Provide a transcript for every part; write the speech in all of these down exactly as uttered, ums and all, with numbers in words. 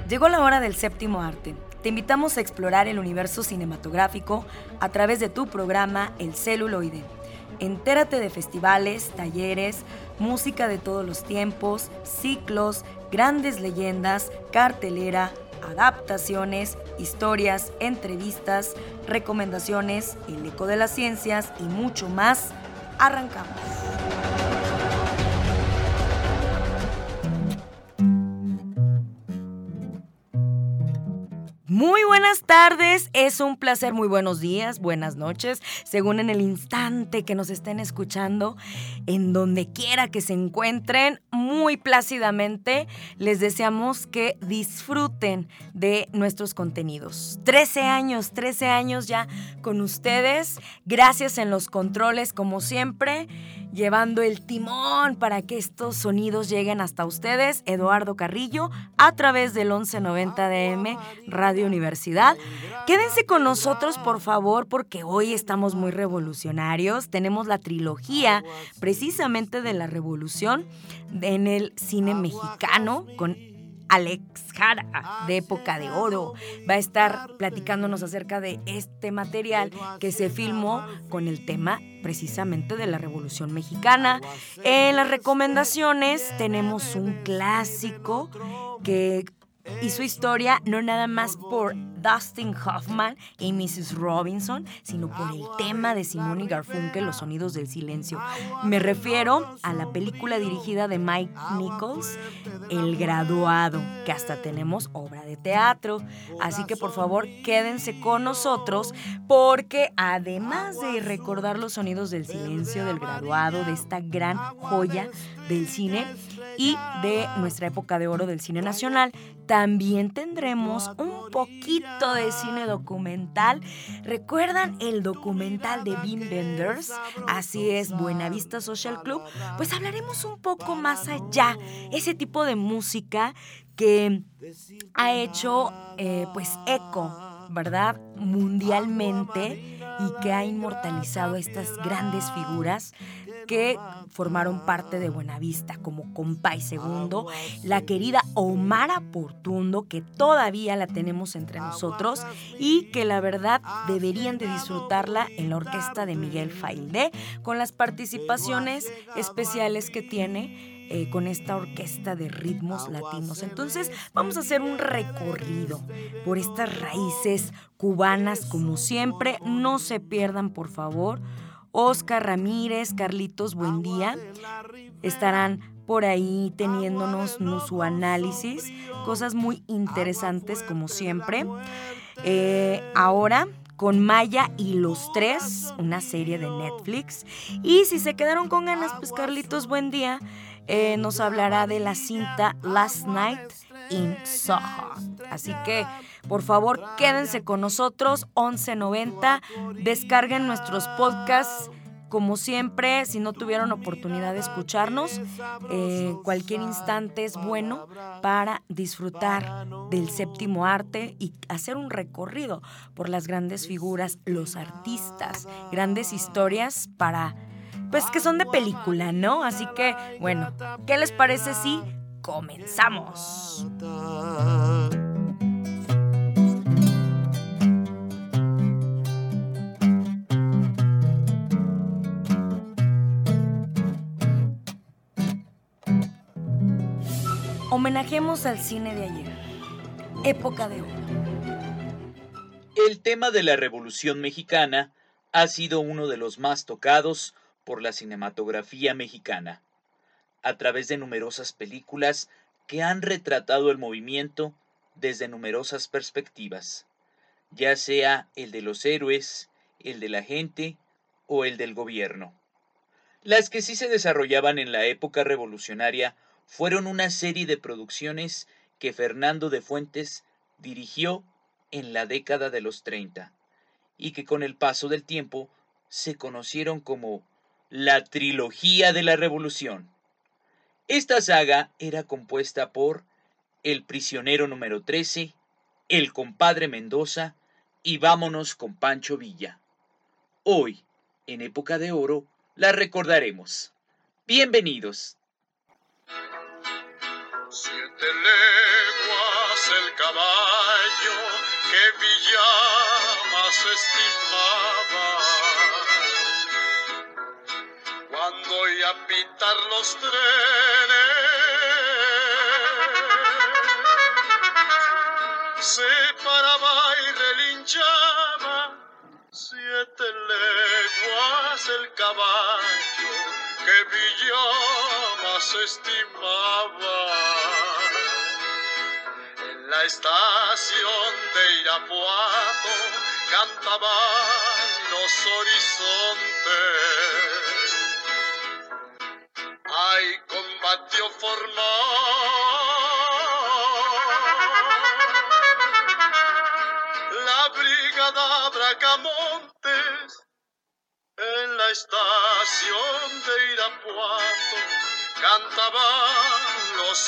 Llegó la hora del séptimo arte. Te invitamos a explorar el universo cinematográfico a través de tu programa El Celuloide. Entérate de festivales, talleres, música de todos los tiempos, ciclos, grandes leyendas, cartelera, adaptaciones, historias, entrevistas, recomendaciones, el eco de las ciencias y mucho más. Arrancamos. Muy buenas tardes, es un placer, muy buenos días, buenas noches, según en el instante que nos estén escuchando, en donde quiera que se encuentren, muy plácidamente les deseamos que disfruten de nuestros contenidos. trece años, trece años ya con ustedes, gracias en los controles como siempre, llevando el timón para que estos sonidos lleguen hasta ustedes, Eduardo Carrillo, a través del once noventa D M Radio Universidad. Quédense con nosotros, por favor, porque hoy estamos muy revolucionarios. Tenemos la trilogía precisamente de la revolución en el cine mexicano con Alex Jara, de Época de Oro. Va a estar platicándonos acerca de este material que se filmó con el tema precisamente de la Revolución Mexicana. En las recomendaciones tenemos un clásico que hizo historia no nada más por Dustin Hoffman y missus Robinson, sino por el tema de Simón y Garfunkel, Los Sonidos del Silencio. Me refiero a la película dirigida de Mike Nichols, El Graduado, que hasta tenemos obra de teatro. Así que por favor quédense con nosotros, porque además de recordar los sonidos del silencio del Graduado, de esta gran joya del cine y de nuestra época de oro del cine nacional, también tendremos un poquito de cine documental. ¿Recuerdan el documental de Wim Wenders? Así es, Buenavista Social Club. Pues hablaremos un poco más allá, ese tipo de música que ha hecho eh, pues eco, ¿verdad?, mundialmente, y que ha inmortalizado estas grandes figuras que formaron parte de Buenavista, como Compay Segundo, la querida Omara Portuondo, que todavía la tenemos entre nosotros y que la verdad deberían de disfrutarla en la orquesta de Miguel Faildé, con las participaciones especiales que tiene Eh, con esta orquesta de ritmos latinos. Entonces vamos a hacer un recorrido por estas raíces cubanas como siempre. No se pierdan, por favor. Oscar Ramírez, Carlitos Buendía estarán por ahí teniéndonos su análisis, cosas muy interesantes como siempre. Eh, ahora con Maya y los Tres, una serie de Netflix. Y si se quedaron con ganas, pues Carlitos Buendía eh, nos hablará de la cinta Last Night in Soho. Así que, por favor, quédense con nosotros, once noventa. Descarguen nuestros podcasts. Como siempre, si no tuvieron oportunidad de escucharnos, eh, cualquier instante es bueno para disfrutar del séptimo arte y hacer un recorrido por las grandes figuras, los artistas, grandes historias para, pues que son de película, ¿no? Así que, bueno, ¿qué les parece si comenzamos? Homenajemos al cine de ayer, Época de Oro. El tema de la Revolución Mexicana ha sido uno de los más tocados por la cinematografía mexicana, a través de numerosas películas que han retratado el movimiento desde numerosas perspectivas, ya sea el de los héroes, el de la gente o el del gobierno. Las que sí se desarrollaban en la época revolucionaria fueron una serie de producciones que Fernando de Fuentes dirigió en la década de los treinta y que con el paso del tiempo se conocieron como la trilogía de la Revolución. Esta saga era compuesta por El prisionero número trece, El compadre Mendoza y Vámonos con Pancho Villa. Hoy, en Época de Oro, la recordaremos. Bienvenidos. Siete leguas el caballo que Villamas estimaba. Cuando oía pitar los trenes, se paraba y relinchaba. Siete leguas el caballo que Villamas estimaba. En la estación de Irapuato cantaban los horizontes. Ay, combatió formal la brigada Bracamontes. En la estación de Irapuato cantaban los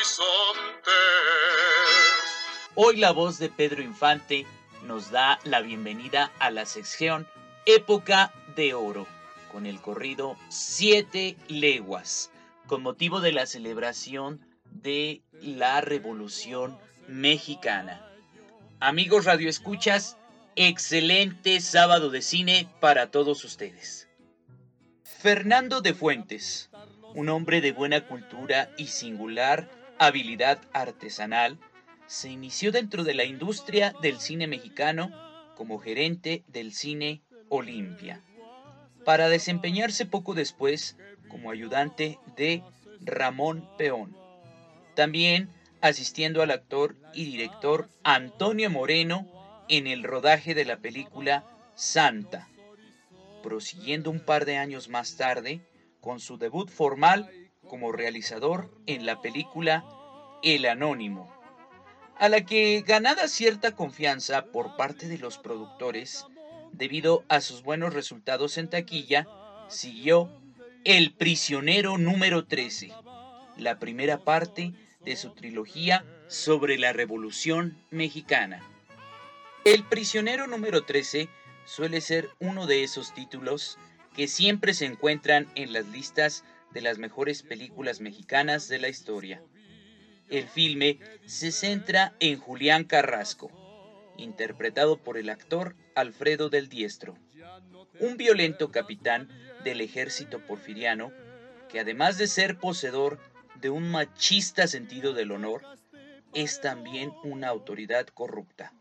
horizontes. Hoy la voz de Pedro Infante nos da la bienvenida a la sección Época de Oro, con el corrido Siete Leguas, con motivo de la celebración de la Revolución Mexicana. Amigos radioescuchas, excelente sábado de cine para todos ustedes. Fernando de Fuentes, un hombre de buena cultura y singular habilidad artesanal, se inició dentro de la industria del cine mexicano como gerente del Cine Olimpia, para desempeñarse poco después como ayudante de Ramón Peón, también asistiendo al actor y director Antonio Moreno en el rodaje de la película Santa, prosiguiendo un par de años más tarde con su debut formal como realizador en la película El Anónimo, a la que, ganada cierta confianza por parte de los productores debido a sus buenos resultados en taquilla, siguió El Prisionero número trece, la primera parte de su trilogía sobre la Revolución Mexicana. El Prisionero número trece suele ser uno de esos títulos que siempre se encuentran en las listas de las mejores películas mexicanas de la historia. El filme se centra en Julián Carrasco, interpretado por el actor Alfredo del Diestro, un violento capitán del ejército porfiriano que, además de ser poseedor de un machista sentido del honor, es también una autoridad corrupta.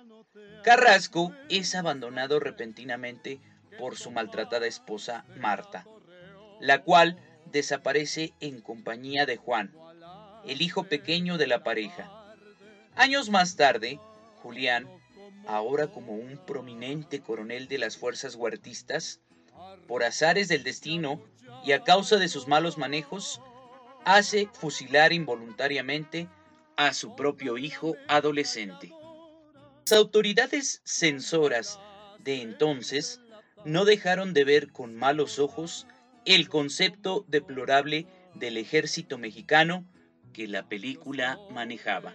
Carrasco es abandonado repentinamente por su maltratada esposa Marta, la cual desaparece en compañía de Juan, el hijo pequeño de la pareja. Años más tarde, Julián, ahora como un prominente coronel de las fuerzas huertistas, por azares del destino y a causa de sus malos manejos, hace fusilar involuntariamente a su propio hijo adolescente. Las autoridades censoras de entonces no dejaron de ver con malos ojos el concepto deplorable del ejército mexicano que la película manejaba.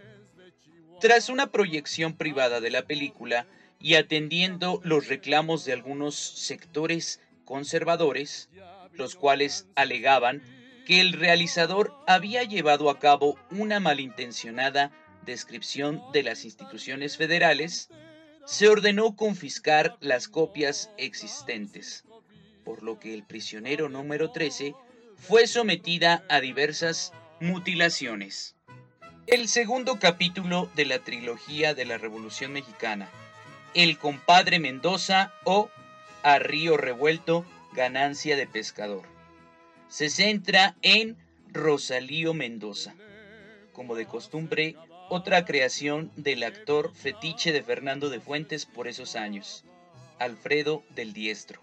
Tras una proyección privada de la película y atendiendo los reclamos de algunos sectores conservadores, los cuales alegaban que el realizador había llevado a cabo una malintencionada descripción de las instituciones federales, se ordenó confiscar las copias existentes, por lo que El Prisionero número trece fue sometida a diversas mutilaciones. El segundo capítulo de la trilogía de la Revolución Mexicana, El Compadre Mendoza o A Río Revuelto, Ganancia de Pescador, se centra en Rosalío Mendoza, como de costumbre, otra creación del actor fetiche de Fernando de Fuentes por esos años, Alfredo del Diestro.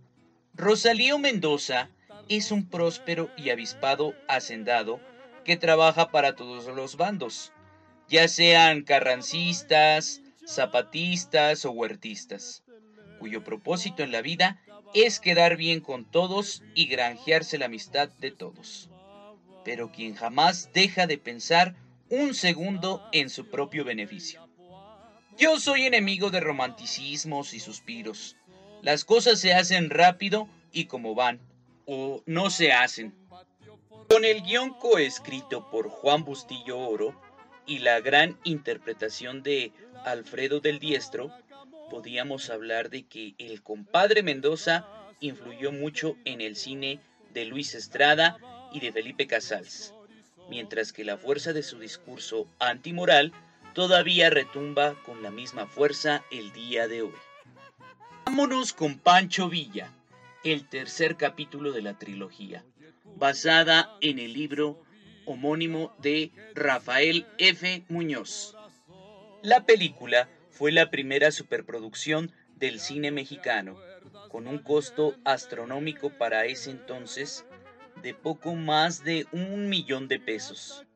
Rosalío Mendoza es un próspero y avispado hacendado que trabaja para todos los bandos, ya sean carrancistas, zapatistas o huertistas, cuyo propósito en la vida es quedar bien con todos y granjearse la amistad de todos, pero quien jamás deja de pensar un segundo en su propio beneficio. Yo soy enemigo de romanticismos y suspiros. Las cosas se hacen rápido y como van, o no se hacen. Con el guión coescrito por Juan Bustillo Oro, y la gran interpretación de Alfredo del Diestro, podíamos hablar de que el compadre Mendoza influyó mucho en el cine de Luis Estrada y de Felipe Casals, mientras que la fuerza de su discurso antimoral todavía retumba con la misma fuerza el día de hoy. Vámonos con Pancho Villa, el tercer capítulo de la trilogía, basada en el libro homónimo de Rafael F. Muñoz. La película fue la primera superproducción del cine mexicano, con un costo astronómico para ese entonces de poco más de un millón de pesos.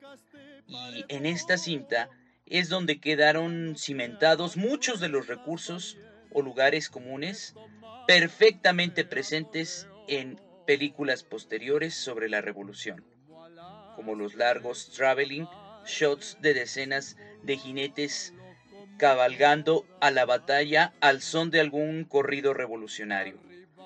Y en esta cinta es donde quedaron cimentados muchos de los recursos o lugares comunes perfectamente presentes en películas posteriores sobre la Revolución, como los largos traveling shots de decenas de jinetes cabalgando a la batalla al son de algún corrido revolucionario.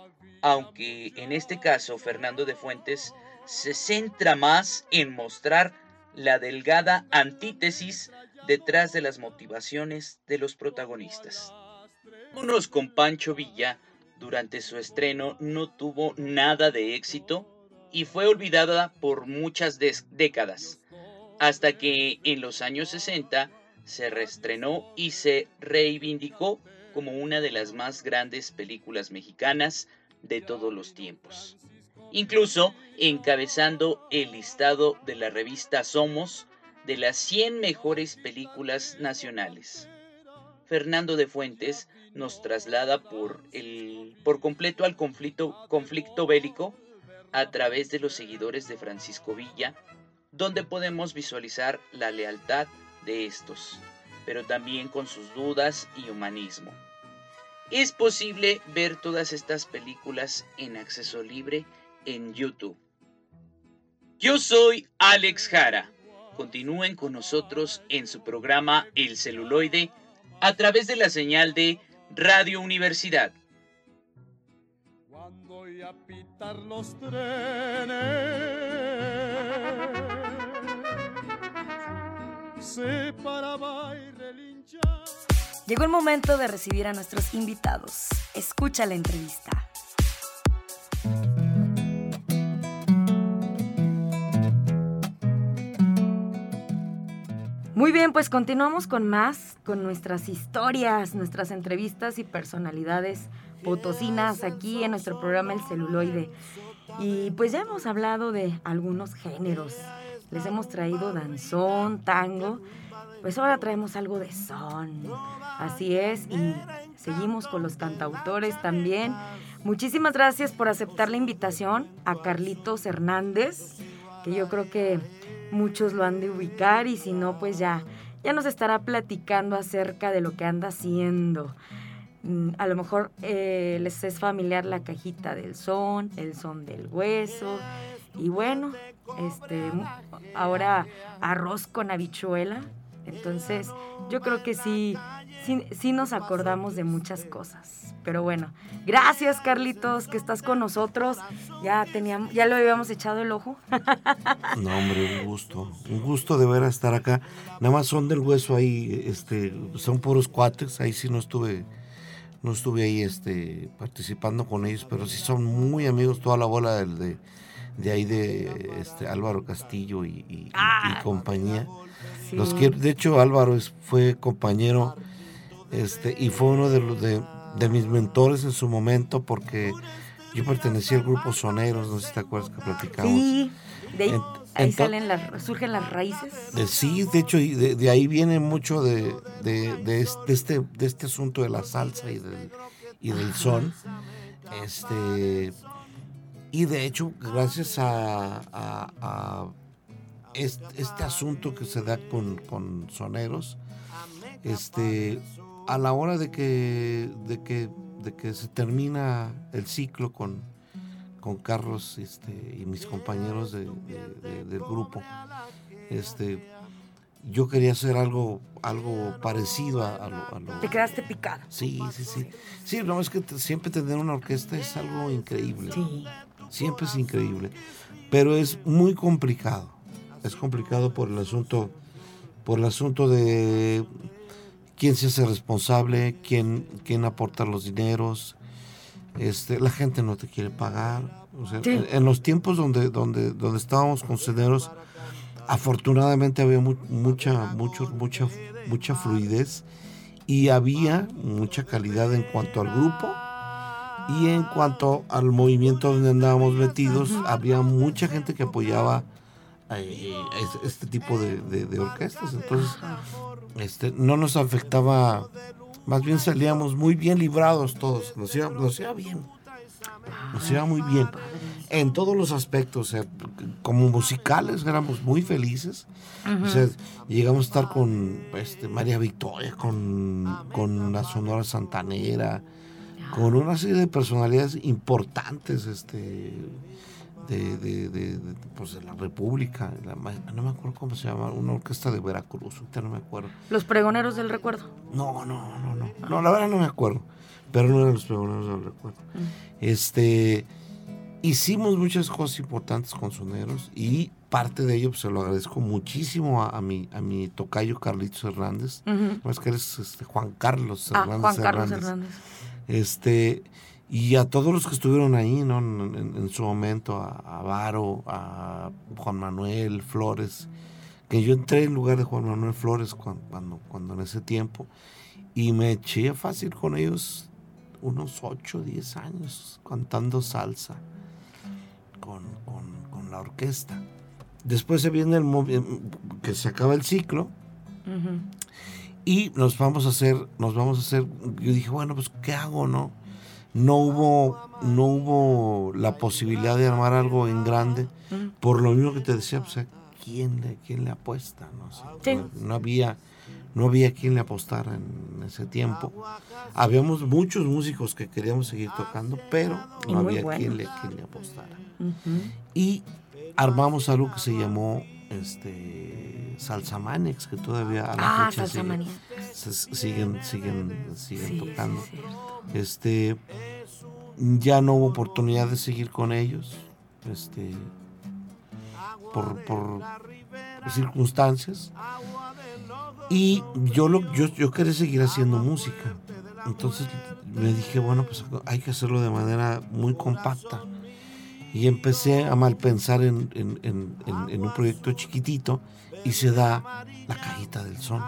Aunque en este caso Fernando de Fuentes se centra más en mostrar la delgada antítesis detrás de las motivaciones de los protagonistas. Vámonos con Pancho Villa. Durante su estreno no tuvo nada de éxito y fue olvidada por muchas des- décadas, hasta que en los años sesenta se reestrenó y se reivindicó como una de las más grandes películas mexicanas de todos los tiempos, incluso encabezando el listado de la revista Somos de las cien mejores películas nacionales. Fernando de Fuentes nos traslada por, el, por completo al conflicto, conflicto bélico a través de los seguidores de Francisco Villa, donde podemos visualizar la lealtad de estos, pero también con sus dudas y humanismo. Es posible ver todas estas películas en acceso libre en YouTube. Yo soy Alex Jara. Continúen con nosotros en su programa El Celuloide a través de la señal de Radio Universidad. Cuando ya pitar los trenes, se paraba y relinchaba. Llegó el momento de recibir a nuestros invitados. Escucha la entrevista. Muy bien, pues continuamos con más, con nuestras historias, nuestras entrevistas y personalidades potosinas aquí en nuestro programa El Celuloide. Y pues ya hemos hablado de algunos géneros. Les hemos traído danzón, tango, pues ahora traemos algo de son. Así es, y seguimos con los cantautores también. Muchísimas gracias por aceptar la invitación a Carlitos Hernández, que yo creo que muchos lo han de ubicar, y si no, pues ya, ya nos estará platicando acerca de lo que anda haciendo. A lo mejor eh, les es familiar la cajita del son, el son del hueso, y bueno, este, ahora arroz con habichuela. Entonces, yo creo que sí, sí, sí nos acordamos de muchas cosas. Pero bueno, gracias Carlitos, que estás con nosotros. Ya teníamos, ya lo habíamos echado el ojo. No, hombre, un gusto. Un gusto de ver a estar acá. Nada más son del hueso ahí, este, son puros cuates. Ahí sí no estuve, no estuve ahí este, participando con ellos, pero sí son muy amigos, toda la bola del, de, de ahí de este, Álvaro Castillo y, y, ah, y compañía. Sí. Los que, de hecho, Álvaro es, fue compañero este, y fue uno de los de, de mis mentores en su momento, porque yo pertenecía al grupo Soneros, no sé si te acuerdas que platicamos. Sí, de ahí, en, ahí ento, salen las, surgen las raíces. De, sí, de hecho, de, de ahí viene mucho de, de, de, este, de, este, de este asunto de la salsa y del, y del son. Este, y de hecho, gracias a, a, a este, este asunto que se da con, con Soneros, este, a la hora de que, de que, de que se termina el ciclo con, con Carlos este, y mis compañeros de, de, de, del grupo, este, yo quería hacer algo, algo parecido a, a, lo, a lo... ¿Te quedaste picado? Sí, sí, sí. Sí, no, es que t- siempre tener una orquesta es algo increíble. Sí. Siempre es increíble. Pero es muy complicado. Es complicado por el asunto por el asunto de quién se hace responsable, quién, quién aporta los dineros, este, la gente no te quiere pagar. O sea, sí. en, en los tiempos donde, donde, donde estábamos con Senderos, afortunadamente había mu- mucha, mucho, mucha, mucha fluidez y había mucha calidad en cuanto al grupo y en cuanto al movimiento donde andábamos metidos. Uh-huh. Había mucha gente que apoyaba eh, este tipo de, de, de orquestas, entonces este, no nos afectaba, más bien salíamos muy bien librados todos, nos iba, nos iba bien, nos iba muy bien en todos los aspectos. O sea, como musicales éramos muy felices. Uh-huh. O sea, llegamos a estar con este, María Victoria, con, con la Sonora Santanera, con una serie de personalidades importantes este, de, de, de, de, pues de la República. La, no me acuerdo cómo se llama, una orquesta de Veracruz, no me acuerdo. ¿Los Pregoneros del Recuerdo? No, no, no, no, no, la verdad no me acuerdo, pero no eran los Pregoneros del Recuerdo. Uh-huh. Este... Hicimos muchas cosas importantes con Soneros y parte de ello pues, se lo agradezco muchísimo a, a, mi, a mi tocayo Carlitos Hernández. Uh-huh. No es que eres este, Juan Carlos Hernández. Ah, Juan Carlos Hernández. Hernández. Este, y a todos los que estuvieron ahí, ¿no? En, en, en su momento, a, a Varo, a Juan Manuel Flores, que yo entré en lugar de Juan Manuel Flores cuando, cuando, cuando en ese tiempo, y me eché fácil con ellos unos ocho, diez años cantando salsa. Con, con, con la orquesta. Después se viene el movi- que se acaba el ciclo. Uh-huh. Y nos vamos a hacer, nos vamos a hacer, yo dije, bueno, pues ¿qué hago, no? No hubo, no hubo la posibilidad de armar algo en grande, uh-huh. por lo mismo que te decía, pues ¿a quién le, quién le apuesta? No sé, sí. no, no había, no había quien le apostara en ese tiempo. Habíamos muchos músicos que queríamos seguir tocando, pero no había bueno. quien le, quien le apostara. Uh-huh. Y armamos algo que se llamó este Salsa Maniacs, que todavía a la ah, fecha sigue, se, siguen siguen siguen sí, tocando. Sí, este ya no hubo oportunidad de seguir con ellos, este por, por circunstancias. Y yo lo yo yo quería seguir haciendo música. Entonces me dije, bueno, pues hay que hacerlo de manera muy compacta. Y empecé a malpensar en, en, en, en, en un proyecto chiquitito y se da La Cajita del Son.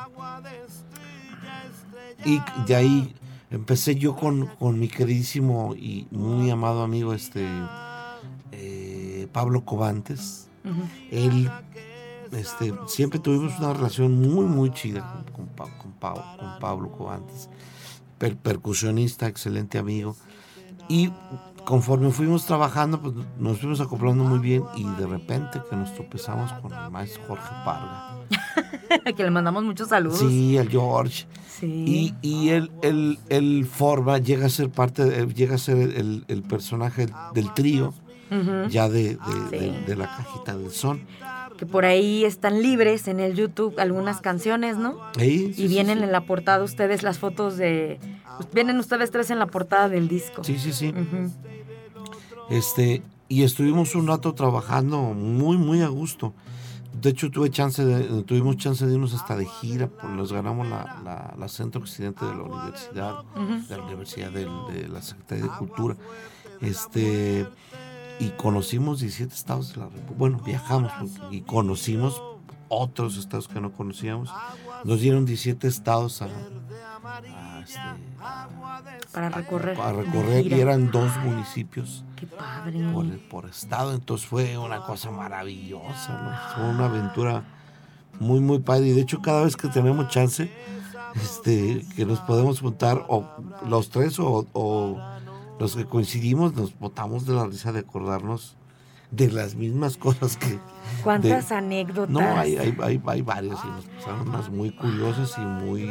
Y de ahí empecé yo con, con mi queridísimo y muy amado amigo este eh, Pablo Covantes. Uh-huh. Él, este, siempre tuvimos una relación muy, muy chida con, con, con, Pablo, con Pablo Covantes, per, percusionista, excelente amigo. Y conforme fuimos trabajando, pues nos fuimos acoplando muy bien y de repente que nos tropezamos con el maestro Jorge Parga. Que le mandamos muchos saludos. Sí, el George. Sí. Y, y él, él, él forma, llega a ser parte, de, llega a ser el, el personaje del trío, uh-huh. ya de, de, sí. de, de La Cajita del Son. Que por ahí están libres en el YouTube algunas canciones, ¿no? Sí, sí, y vienen sí, sí. en la portada ustedes las fotos de... Vienen ustedes tres en la portada del disco. Sí, sí, sí. Uh-huh. Este, y estuvimos un rato trabajando muy, muy a gusto. De hecho, tuve chance de, tuvimos chance de irnos hasta de gira, pues nos ganamos la, la, la Centro Occidente de la Universidad, uh-huh. de la Universidad de, de la Secretaría de Cultura. Este... Y conocimos diecisiete estados de la República. Bueno, viajamos y conocimos otros estados que no conocíamos. Nos dieron diecisiete estados a, a, este, a para recorrer. A, a recorrer y eran dos municipios. Qué padre. Por, por estado. Entonces fue una cosa maravillosa, ¿no? Fue una aventura muy, muy padre. Y de hecho, cada vez que tenemos chance, este, que nos podemos juntar, o los tres o, o los que coincidimos, nos botamos de la risa de acordarnos de las mismas cosas que... ¿Cuántas de, anécdotas? No, hay, hay, hay, hay varias y nos pasaron unas muy curiosas y muy...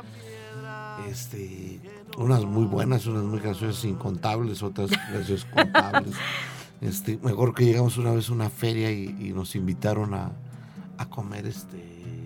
este unas muy buenas, unas muy graciosas, incontables, otras graciosas contables. Este, mejor que llegamos una vez a una feria y, y nos invitaron a, a comer este...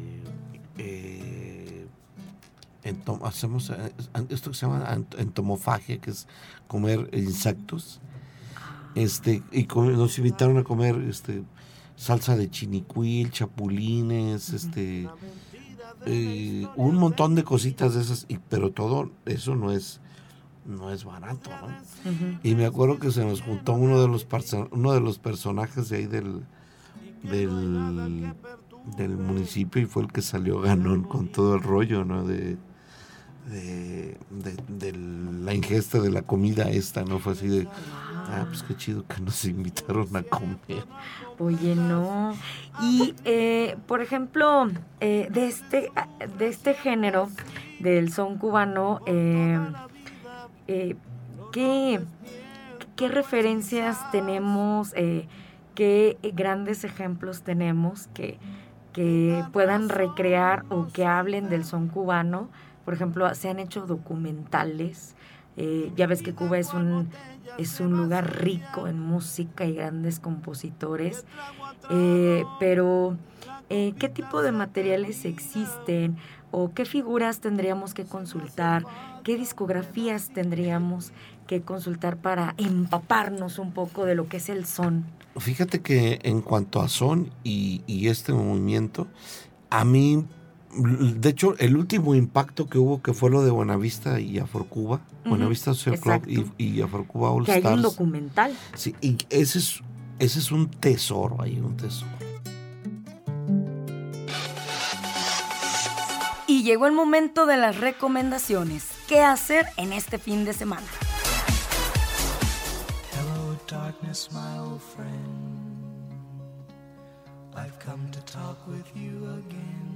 Eh, Entom- hacemos esto que se llama entomofagia, que es comer insectos, este y com- nos invitaron a comer este salsa de chinicuil, chapulines, este eh, un montón de cositas de esas, y, pero todo eso no es no es barato, ¿no? Uh-huh. Y me acuerdo que se nos juntó uno de los uno de los personajes de ahí del del del municipio y fue el que salió ganón con todo el rollo, ¿no? De De, de, de la ingesta de la comida esta, ¿no? Fue así de, ah, pues qué chido que nos invitaron a comer. Oye, no. Y, eh, por ejemplo, eh, de, este, de este género, del son cubano, eh, eh, ¿qué, ¿qué referencias tenemos, eh, qué grandes ejemplos tenemos que, que puedan recrear o que hablen del son cubano? Por ejemplo, se han hecho documentales. Eh, ya ves que Cuba es un, es un lugar rico en música y grandes compositores. Eh, pero, eh, ¿qué tipo de materiales existen? ¿O qué figuras tendríamos que consultar? ¿Qué discografías tendríamos que consultar para empaparnos un poco de lo que es el son? Fíjate que en cuanto a son y, y este movimiento, a mí... De hecho, el último impacto que hubo, que fue lo de Buenavista y Afrocuba, uh-huh. Buenavista Social Club y, y Afrocuba All Stars. Que hay un documental. Sí, y ese es, ese es un tesoro, hay un tesoro. Y llegó el momento de las recomendaciones. ¿Qué hacer en este fin de semana? Hello, darkness, my old friend. I've come to talk with you again.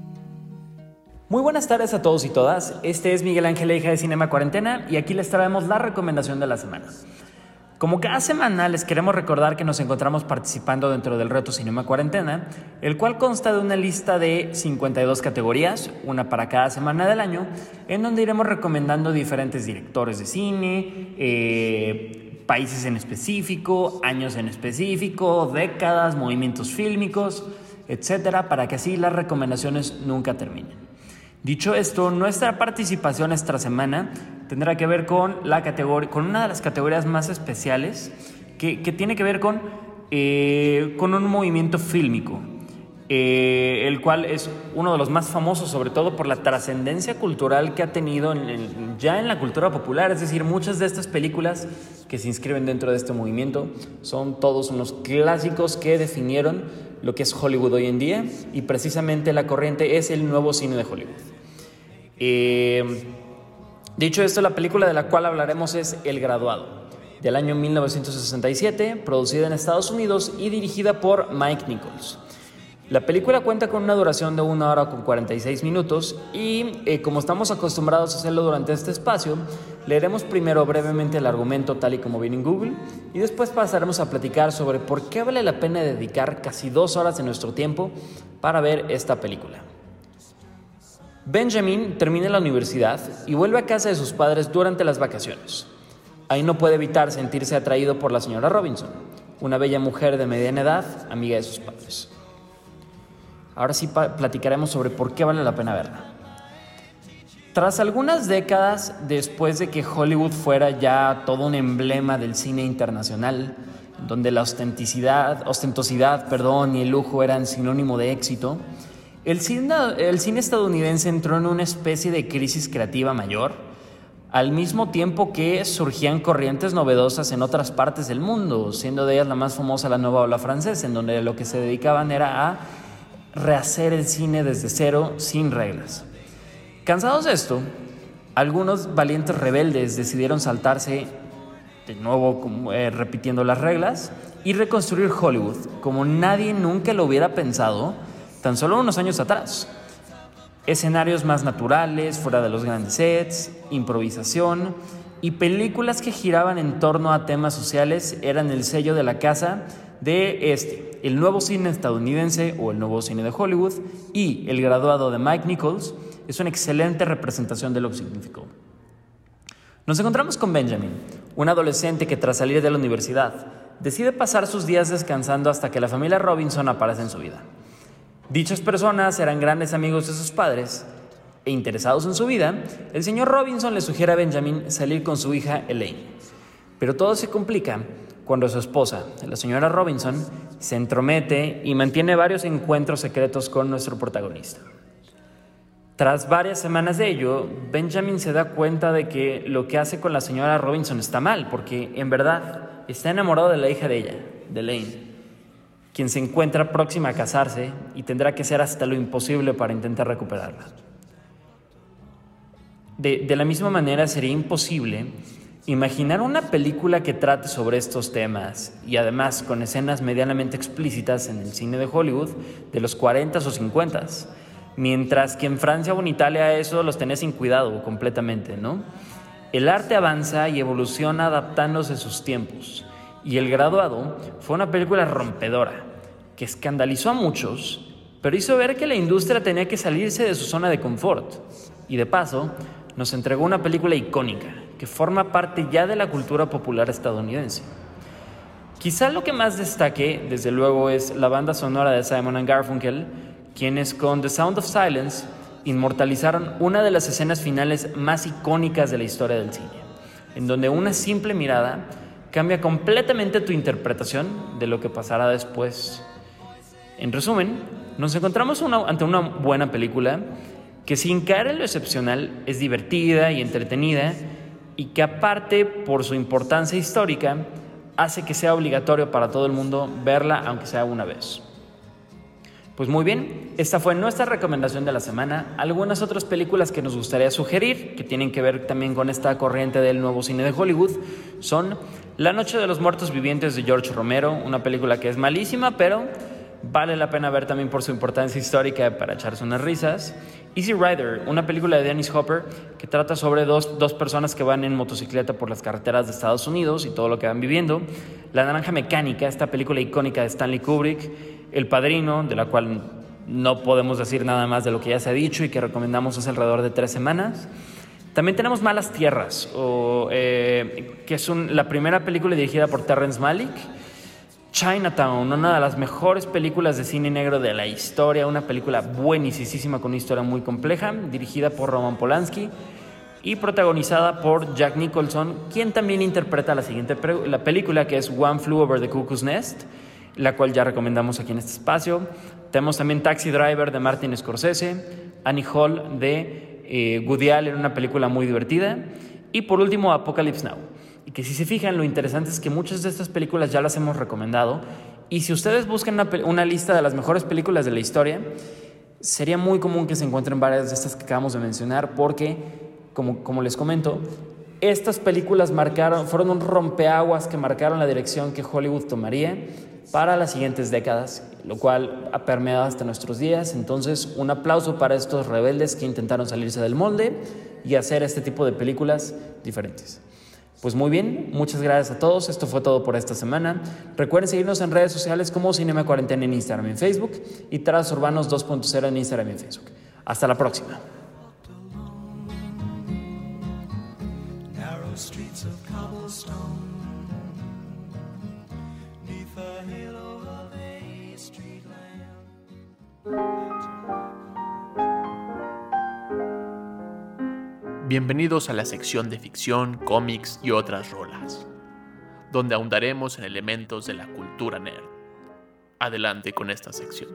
Muy buenas tardes a todos y todas, este es Miguel Ángel Eija de Cinema Cuarentena y aquí les traemos la recomendación de la semana. Como cada semana les queremos recordar que nos encontramos participando dentro del reto Cinema Cuarentena, el cual consta de una lista de cincuenta y dos categorías, una para cada semana del año, en donde iremos recomendando diferentes directores de cine, eh, países en específico, años en específico, décadas, movimientos fílmicos, etcétera, para que así las recomendaciones nunca terminen. Dicho esto, nuestra participación esta semana tendrá que ver con, la categoría, con una de las categorías más especiales que, que tiene que ver con, eh, con un movimiento fílmico, eh, el cual es uno de los más famosos, sobre todo por la trascendencia cultural que ha tenido en, en, ya en la cultura popular. Es decir, muchas de estas películas que se inscriben dentro de este movimiento son todos unos clásicos que definieron lo que es Hollywood hoy en día, y precisamente la corriente es el nuevo cine de Hollywood. Eh, dicho esto, la película de la cual hablaremos es El Graduado, del año mil novecientos sesenta y siete, producida en Estados Unidos y dirigida por Mike Nichols. La película cuenta con una duración de una hora con cuarenta y seis minutos y, eh, como estamos acostumbrados a hacerlo durante este espacio, leeremos primero brevemente el argumento tal y como viene en Google y después pasaremos a platicar sobre por qué vale la pena dedicar casi dos horas de nuestro tiempo para ver esta película. Benjamin termina la universidad y vuelve a casa de sus padres durante las vacaciones. Ahí no puede evitar sentirse atraído por la señora Robinson, una bella mujer de mediana edad, amiga de sus padres. Ahora sí pa- platicaremos sobre por qué vale la pena verla. Tras algunas décadas después de que Hollywood fuera ya todo un emblema del cine internacional, donde la ostenticidad, ostentosidad perdón, y el lujo eran sinónimo de éxito, el cine, el cine estadounidense entró en una especie de crisis creativa mayor, al mismo tiempo que surgían corrientes novedosas en otras partes del mundo, siendo de ellas la más famosa la nueva ola francesa, en donde lo que se dedicaban era a rehacer el cine desde cero, sin reglas. Cansados de esto, algunos valientes rebeldes decidieron saltarse de nuevo, eh, repitiendo las reglas, y reconstruir Hollywood como nadie nunca lo hubiera pensado tan solo unos años atrás. Escenarios más naturales, fuera de los grandes sets, improvisación y películas que giraban en torno a temas sociales eran el sello de la casa de este, el nuevo cine estadounidense o el nuevo cine de Hollywood, y El Graduado de Mike Nichols es una excelente representación de lo que significó. Nos encontramos con Benjamin, un adolescente que tras salir de la universidad decide pasar sus días descansando hasta que la familia Robinson aparece en su vida. Dichas personas eran grandes amigos de sus padres e interesados en su vida, el señor Robinson le sugiere a Benjamin salir con su hija Elaine. Pero todo se complica cuando su esposa, la señora Robinson, se entromete y mantiene varios encuentros secretos con nuestro protagonista. Tras varias semanas de ello, Benjamin se da cuenta de que lo que hace con la señora Robinson está mal, porque en verdad está enamorado de la hija de ella, de Elaine, quien se encuentra próxima a casarse y tendrá que hacer hasta lo imposible para intentar recuperarla. De, de la misma manera, sería imposible imaginar una película que trate sobre estos temas y además con escenas medianamente explícitas en el cine de Hollywood de los cuarentas o cincuentas, mientras que en Francia o en Italia eso los tenía sin cuidado completamente, ¿no? El arte avanza y evoluciona adaptándose a sus tiempos, y El Graduado fue una película rompedora que escandalizó a muchos, pero hizo ver que la industria tenía que salirse de su zona de confort, y de paso nos entregó una película icónica que forma parte ya de la cultura popular estadounidense. Quizá lo que más destaque, desde luego, es la banda sonora de Simon and Garfunkel, quienes con The Sound of Silence inmortalizaron una de las escenas finales más icónicas de la historia del cine, en donde una simple mirada cambia completamente tu interpretación de lo que pasará después. En resumen, nos encontramos una, ante una buena película que, sin caer en lo excepcional, es divertida y entretenida, y que aparte, por su importancia histórica, hace que sea obligatorio para todo el mundo verla, aunque sea una vez. Pues muy bien, esta fue nuestra recomendación de la semana. Algunas otras películas que nos gustaría sugerir, que tienen que ver también con esta corriente del nuevo cine de Hollywood, son La Noche de los Muertos Vivientes de George Romero, una película que es malísima, pero vale la pena ver también por su importancia histórica para echarse unas risas. Easy Rider, una película de Dennis Hopper que trata sobre dos, dos personas que van en motocicleta por las carreteras de Estados Unidos y todo lo que van viviendo. La Naranja Mecánica, esta película icónica de Stanley Kubrick. El Padrino, de la cual no podemos decir nada más de lo que ya se ha dicho y que recomendamos hace alrededor de tres semanas. También tenemos Malas Tierras, o, eh, que es un, la primera película dirigida por Terrence Malick. Chinatown, una de las mejores películas de cine negro de la historia, una película buenísima con una historia muy compleja, dirigida por Roman Polanski y protagonizada por Jack Nicholson, quien también interpreta la siguiente pre- la película, que es One Flew Over the Cuckoo's Nest, la cual ya recomendamos aquí en este espacio. Tenemos también Taxi Driver de Martin Scorsese, Annie Hall de eh, Woody Allen, una película muy divertida, y por último Apocalypse Now. Y que si se fijan, lo interesante es que muchas de estas películas ya las hemos recomendado, y si ustedes buscan una, una lista de las mejores películas de la historia, sería muy común que se encuentren varias de estas que acabamos de mencionar, porque, como, como les comento, estas películas marcaron, fueron un rompeaguas que marcaron la dirección que Hollywood tomaría para las siguientes décadas, lo cual ha permeado hasta nuestros días. Entonces, un aplauso para estos rebeldes que intentaron salirse del molde y hacer este tipo de películas diferentes. Pues muy bien, muchas gracias a todos. Esto fue todo por esta semana. Recuerden seguirnos en redes sociales como Cinema Cuarentena en Instagram y en Facebook, y Trazos Urbanos dos punto cero en Instagram y en Facebook. Hasta la próxima. Bienvenidos a la sección de ficción, cómics y otras rolas, donde ahondaremos en elementos de la cultura nerd. Adelante con esta sección.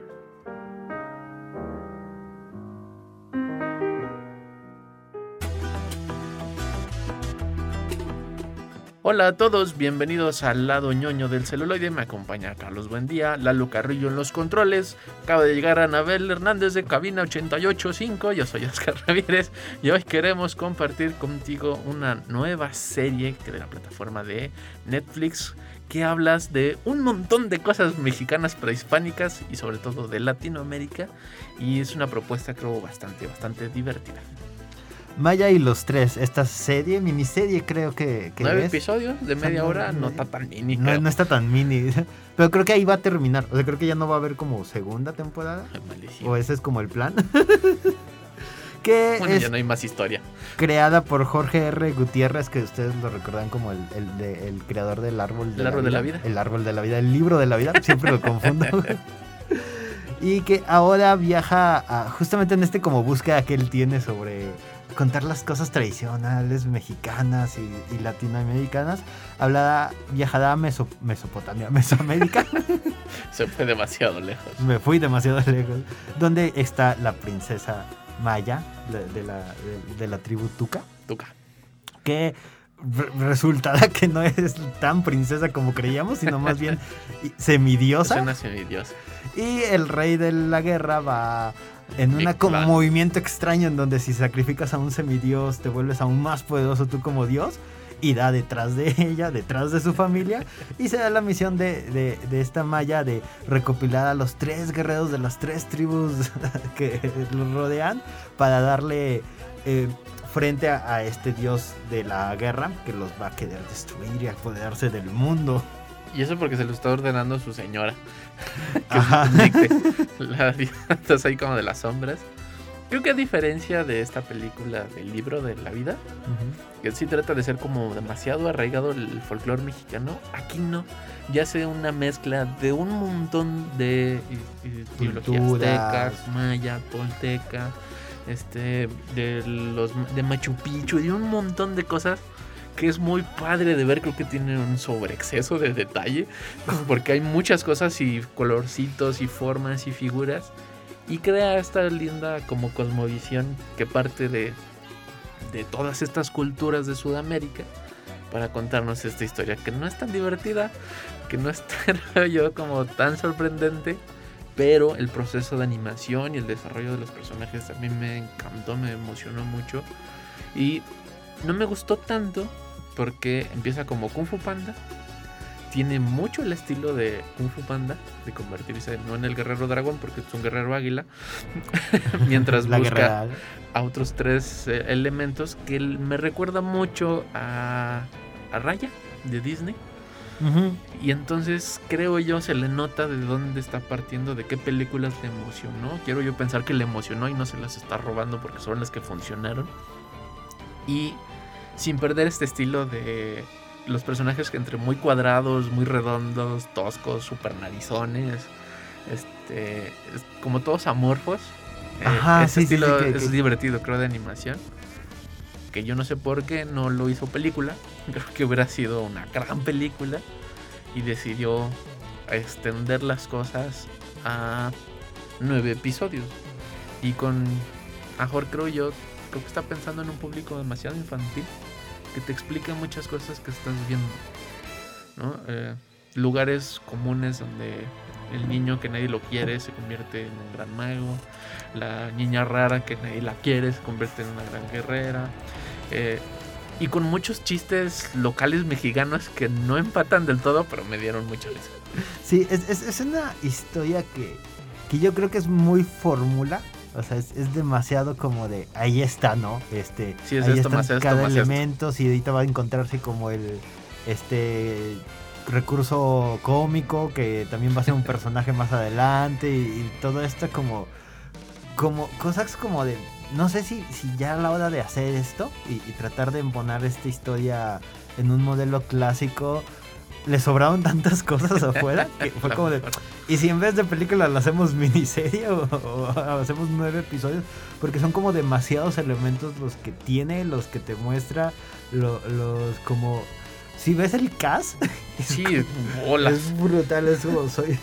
Hola a todos, bienvenidos al lado ñoño del celuloide. Me acompaña Carlos Buendía, Lalo Carrillo en los controles. Acaba de llegar Anabel Hernández de cabina ochenta y ocho punto cinco. Yo soy Oscar Ramírez y hoy queremos compartir contigo una nueva serie de la plataforma de Netflix que hablas de un montón de cosas mexicanas prehispánicas y sobre todo de Latinoamérica, y es una propuesta, creo, bastante, bastante divertida. Maya y los tres, esta serie, miniserie creo que, que Nueve es. episodios de media no, hora, no, no está tan mini. No, no está tan mini, pero creo que ahí va a terminar. O sea, creo que ya no va a haber como segunda temporada. Ay, malísimo. O ese es como el plan. Que Bueno, es ya no hay más historia. Creada por Jorge R. Gutiérrez, que ustedes lo recuerdan como el, el, de, el creador del árbol de, ¿El la, árbol vida, de la vida? El árbol de la vida, el libro de la vida, siempre lo confundo. Y que ahora viaja a, justamente en este como búsqueda que él tiene sobre contar las cosas tradicionales mexicanas y, y latinoamericanas. Hablada, viajará a Meso, Mesopotamia, Mesoamérica. Se fue demasiado lejos. Me fui demasiado lejos. Donde está la princesa maya de, de, la, de, de la tribu Tuca. Tuca. Que re- resultará que no es tan princesa como creíamos, sino más bien semidiosa. Es una semidiosa. Y el rey de la guerra va en una como Claro. movimiento extraño en donde si sacrificas a un semidios te vuelves aún más poderoso tú como dios. Y da detrás de ella, detrás de su familia. Y se da la misión de, de, de esta maya de recopilar a los tres guerreros de las tres tribus que los rodean para darle eh, frente a, a este dios de la guerra que los va a querer destruir y apoderarse del mundo. Y eso porque se lo está ordenando su señora. Que Ajá. dicte. La diosa ahí como de las sombras. Creo que a diferencia de esta película del libro de la vida, que sí trata de ser como demasiado arraigado el folclore mexicano, aquí no. Ya sea una mezcla de un montón de ideología azteca, maya, tolteca, este, de los de Machu Picchu, y un montón de cosas que es muy padre de ver. Creo que tiene un sobreexceso de detalle, porque hay muchas cosas y colorcitos y formas y figuras. Y crea esta linda como cosmovisión que parte de, de todas estas culturas de Sudamérica para contarnos esta historia que no es tan divertida, que no es tan, yo como tan sorprendente, pero el proceso de animación y el desarrollo de los personajes también me encantó, me emocionó mucho. Y no me gustó tanto porque empieza como Kung Fu Panda. Tiene mucho el estilo de Kung Fu Panda, de convertirse no en el guerrero dragón, porque es un guerrero águila, mientras La busca guerrera. a otros tres eh, elementos que me recuerda mucho a, a Raya de Disney. Uh-huh. Y entonces creo yo se le nota de dónde está partiendo, de qué películas le emocionó. Quiero yo pensar que le emocionó y no se las está robando porque son las que funcionaron. Y sin perder este estilo de los personajes que entre muy cuadrados, muy redondos, toscos, super narizones, este, es como todos amorfos. Eh, Ajá, ese sí, sí, estilo sí, que- es que- divertido, creo, de animación. Que yo no sé por qué no lo hizo película. Creo que hubiera sido una gran película. Y decidió extender las cosas a nueve episodios. Y con Ajor, creo yo, creo que está pensando en un público demasiado infantil, que te explica muchas cosas que estás viendo, ¿no? Eh, lugares comunes donde el niño que nadie lo quiere se convierte en un gran mago, la niña rara que nadie la quiere se convierte en una gran guerrera, eh, y con muchos chistes locales mexicanos que no empatan del todo, pero me dieron mucha risa. Sí, es, es, es una historia que, que yo creo que es muy fórmula. O sea, es, es demasiado como de ahí está, ¿no? Este, Sí, es ahí esto están más esto cada más esto. elemento y ahorita va a encontrarse como el este recurso cómico que también va a ser un personaje más adelante y, y todo esto como como cosas como de no sé si, si ya a la hora de hacer esto y, y tratar de emponar esta historia en un modelo clásico le sobraron tantas cosas afuera que fue como de y si en vez de película lo hacemos miniserie o, o hacemos nueve episodios porque son como demasiados elementos los que tiene, los que te muestra, lo, los como si ves el cast Sí, bolas. es brutal, es como soy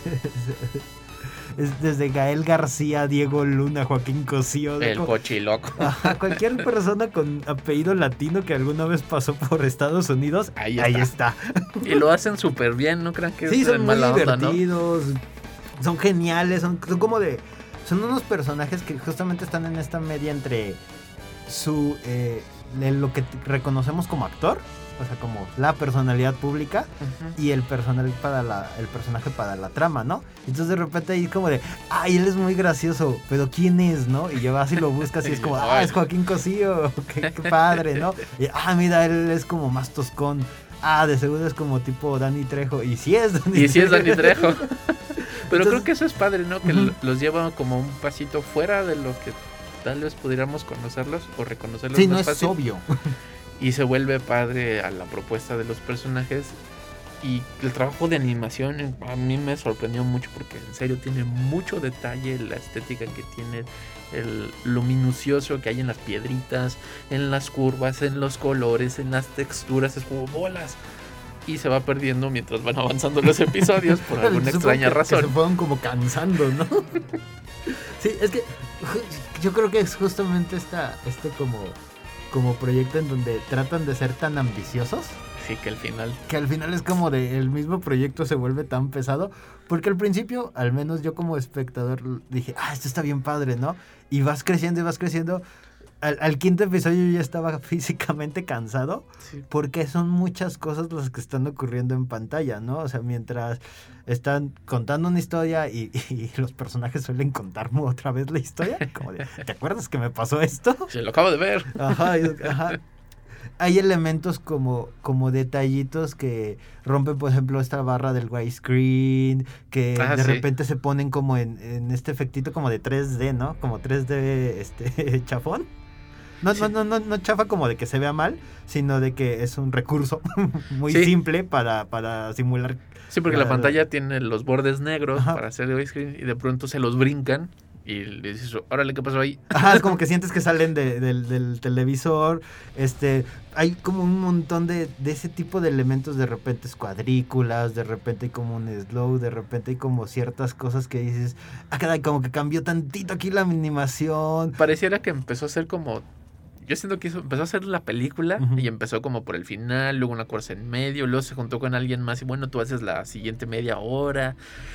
es desde Gael García, Diego Luna, Joaquín Cosío, El como- cochiloco. Ajá, cualquier persona con apellido latino que alguna vez pasó por Estados Unidos, Ahí ahí está. está. Y lo hacen súper bien, ¿no crean que Sí, es son en muy mala onda, no? divertidos, son geniales, son, son como de... Son unos personajes que justamente están en esta media entre su... Eh, de lo que t- reconocemos como actor, o sea, como la personalidad pública Ujú. y el personal para la, el personaje para la trama, ¿no? Entonces de repente ahí como de, ay, él es muy gracioso, pero ¿quién es, no? Y yo vas y lo buscas y es como, ah, es Joaquín Cosío, qué, qué padre, ¿no? Y, ah, mira, él es como más toscón. Ah, de seguro es como tipo Dani Trejo. Y sí es Dani Y sí es Dani Trejo. Pero Entonces- creo que eso es padre, ¿no? Que Ujú. lo- los lleva como un pasito fuera de lo que tal vez pudiéramos conocerlos o reconocerlos Sí, más no es fácil. obvio. Y se vuelve padre a la propuesta de los personajes. Y el trabajo de animación a mí me sorprendió mucho porque en serio tiene mucho detalle, la estética que tiene, el, lo minucioso que hay en las piedritas, en las curvas, en los colores, en las texturas, es como bolas. Y se va perdiendo mientras van avanzando los episodios por alguna Supongo extraña que- que razón. se fueron como cansando, ¿no? Sí, es que yo creo que es justamente esta, este como, como proyecto en donde tratan de ser tan ambiciosos. Sí, que al final... Que al final es como de el mismo proyecto se vuelve tan pesado. Porque al principio, al menos yo como espectador, dije, ah, esto está bien padre, ¿no? Y vas creciendo y vas creciendo. Al, al quinto episodio yo ya estaba físicamente cansado. Sí. Porque son muchas cosas las que están ocurriendo en pantalla, ¿no? O sea, mientras están contando una historia y, y los personajes suelen contarme otra vez la historia. Como de, ¿te acuerdas que me pasó esto? Sí, lo acabo de ver. Ajá, ajá. Hay elementos como, como detallitos que rompen, por ejemplo, esta barra del widescreen, que ah, de sí. repente se ponen como en, en este efectito como de tres D, ¿no? Como tres D este chafón. No, sí. no, no, no, no chafa como de que se vea mal, sino de que es un recurso muy sí. simple para, para simular. Sí, porque la, la pantalla tiene los bordes negros Ajá. para hacer widescreen y de pronto se los brincan. Y le dices, órale, ¿qué pasó ahí? Ajá, es como que sientes que salen de, de, del televisor. Este, hay como un montón de, de ese tipo de elementos. De repente es cuadrículas, de repente hay como un slow, de repente hay como ciertas cosas que dices, ah, caray, como que cambió tantito aquí la animación. Pareciera que empezó a ser como... Yo siento que hizo, empezó a hacer la película uh-huh. y empezó como por el final, luego una cosa en medio, luego se juntó con alguien más y bueno, tú haces la siguiente media hora...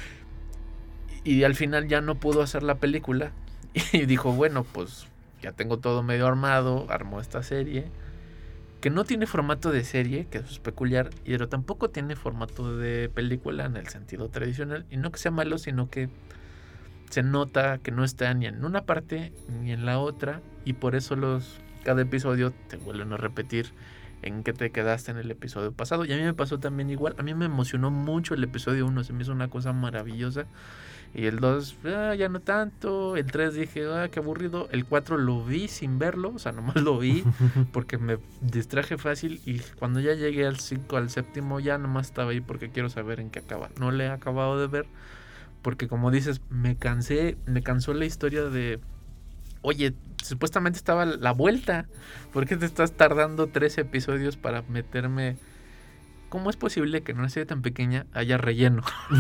Y al final ya no pudo hacer la película. Y dijo, bueno, pues ya tengo todo medio armado. Armó esta serie. Que no tiene formato de serie, que eso es peculiar. Pero tampoco tiene formato de película en el sentido tradicional. Y no que sea malo, sino que se nota que no está ni en una parte ni en la otra. Y por eso los cada episodio te vuelven a repetir en qué te quedaste en el episodio pasado. Y a mí me pasó también igual. A mí me emocionó mucho el episodio uno. Se me hizo una cosa maravillosa. Y el dos, ah, ya no tanto. El tres dije, ah, qué aburrido. El cuatro lo vi sin verlo, o sea, nomás lo vi porque me distraje fácil. Y cuando ya llegué al cinco, al séptimo, ya nomás estaba ahí porque quiero saber en qué acaba. No le he acabado de ver porque, como dices, me cansé, me cansó la historia de, oye, supuestamente estaba la vuelta. ¿Por qué te estás tardando tres episodios para meterme? ¿Cómo es posible que en una serie tan pequeña haya relleno?